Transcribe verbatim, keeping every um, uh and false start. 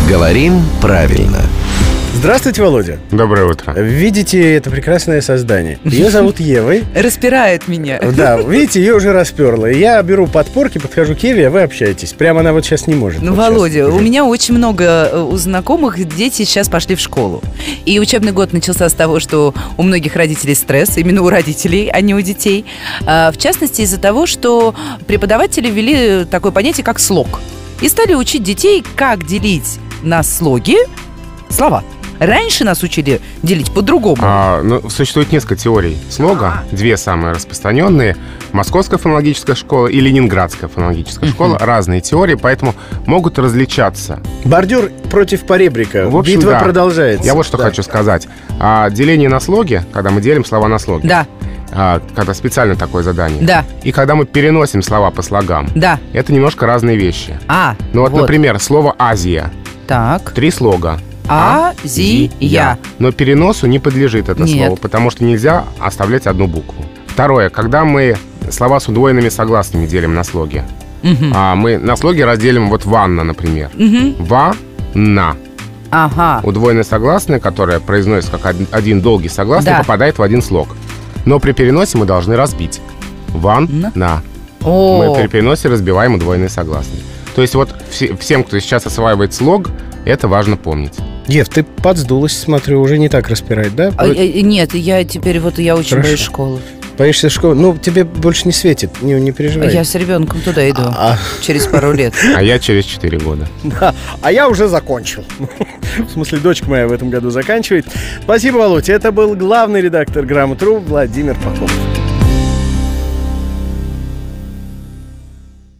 Говорим правильно. Здравствуйте, Володя. Доброе утро. Видите это прекрасное создание? Ее зовут Евой. Распирает меня. Да, видите, ее уже расперло. Я беру подпорки, подхожу к Еве, а вы общаетесь. Прямо она вот сейчас не может. Ну, вот Володя, сейчас. у меня очень много у знакомых дети сейчас пошли в школу. И учебный год начался с того, что у многих родителей стресс, именно у родителей, а не у детей. А, в частности, из-за того, что преподаватели ввели такое понятие, как слог. И стали учить детей, как делить на слоги слова. Раньше нас учили делить по-другому. А, ну, существует несколько теорий слога. Две самые распространенные. Московская фонологическая школа и Ленинградская фонологическая школа. Разные теории, поэтому могут различаться. Бордюр против поребрика. В общем, Битва да. продолжается. Я вот что Да. хочу сказать. А, деление на слоги, когда мы делим слова на слоги. Да, А, когда специально такое задание. да, И когда мы переносим слова по слогам. да. Это немножко разные вещи. А, Ну вот, например, слово «Азия». Так. Три слога. А-зи-я. Но переносу не подлежит это Нет. слово, потому что нельзя оставлять одну букву. Второе. Когда мы слова с удвоенными согласными делим на слоги, Мгм. а мы на слоги разделим вот «ванна», например. Мгм. «Ва-на». Ага. Удвоенное согласное, которое произносится как один, один долгий согласный, Да. попадает в один слог. Но при переносе мы должны разбить. «Ван-на». О, Мы при переносе разбиваем удвоенные согласные. То есть вот все- всем, кто сейчас осваивает слог, это важно помнить. Ев, ты подсдулась, смотрю, уже не так распирает, да? А, э, нет, я теперь вот я очень Хорошо. боюсь школы. Боишься школы? Ну, тебе больше не светит, не, не переживай. Я с ребенком туда иду А, через пару лет. А я через четыре года. да. А я уже закончил. В смысле, дочка моя в этом году заканчивает. Спасибо, Володя. Это был главный редактор «Грамотру» Владимир Попов.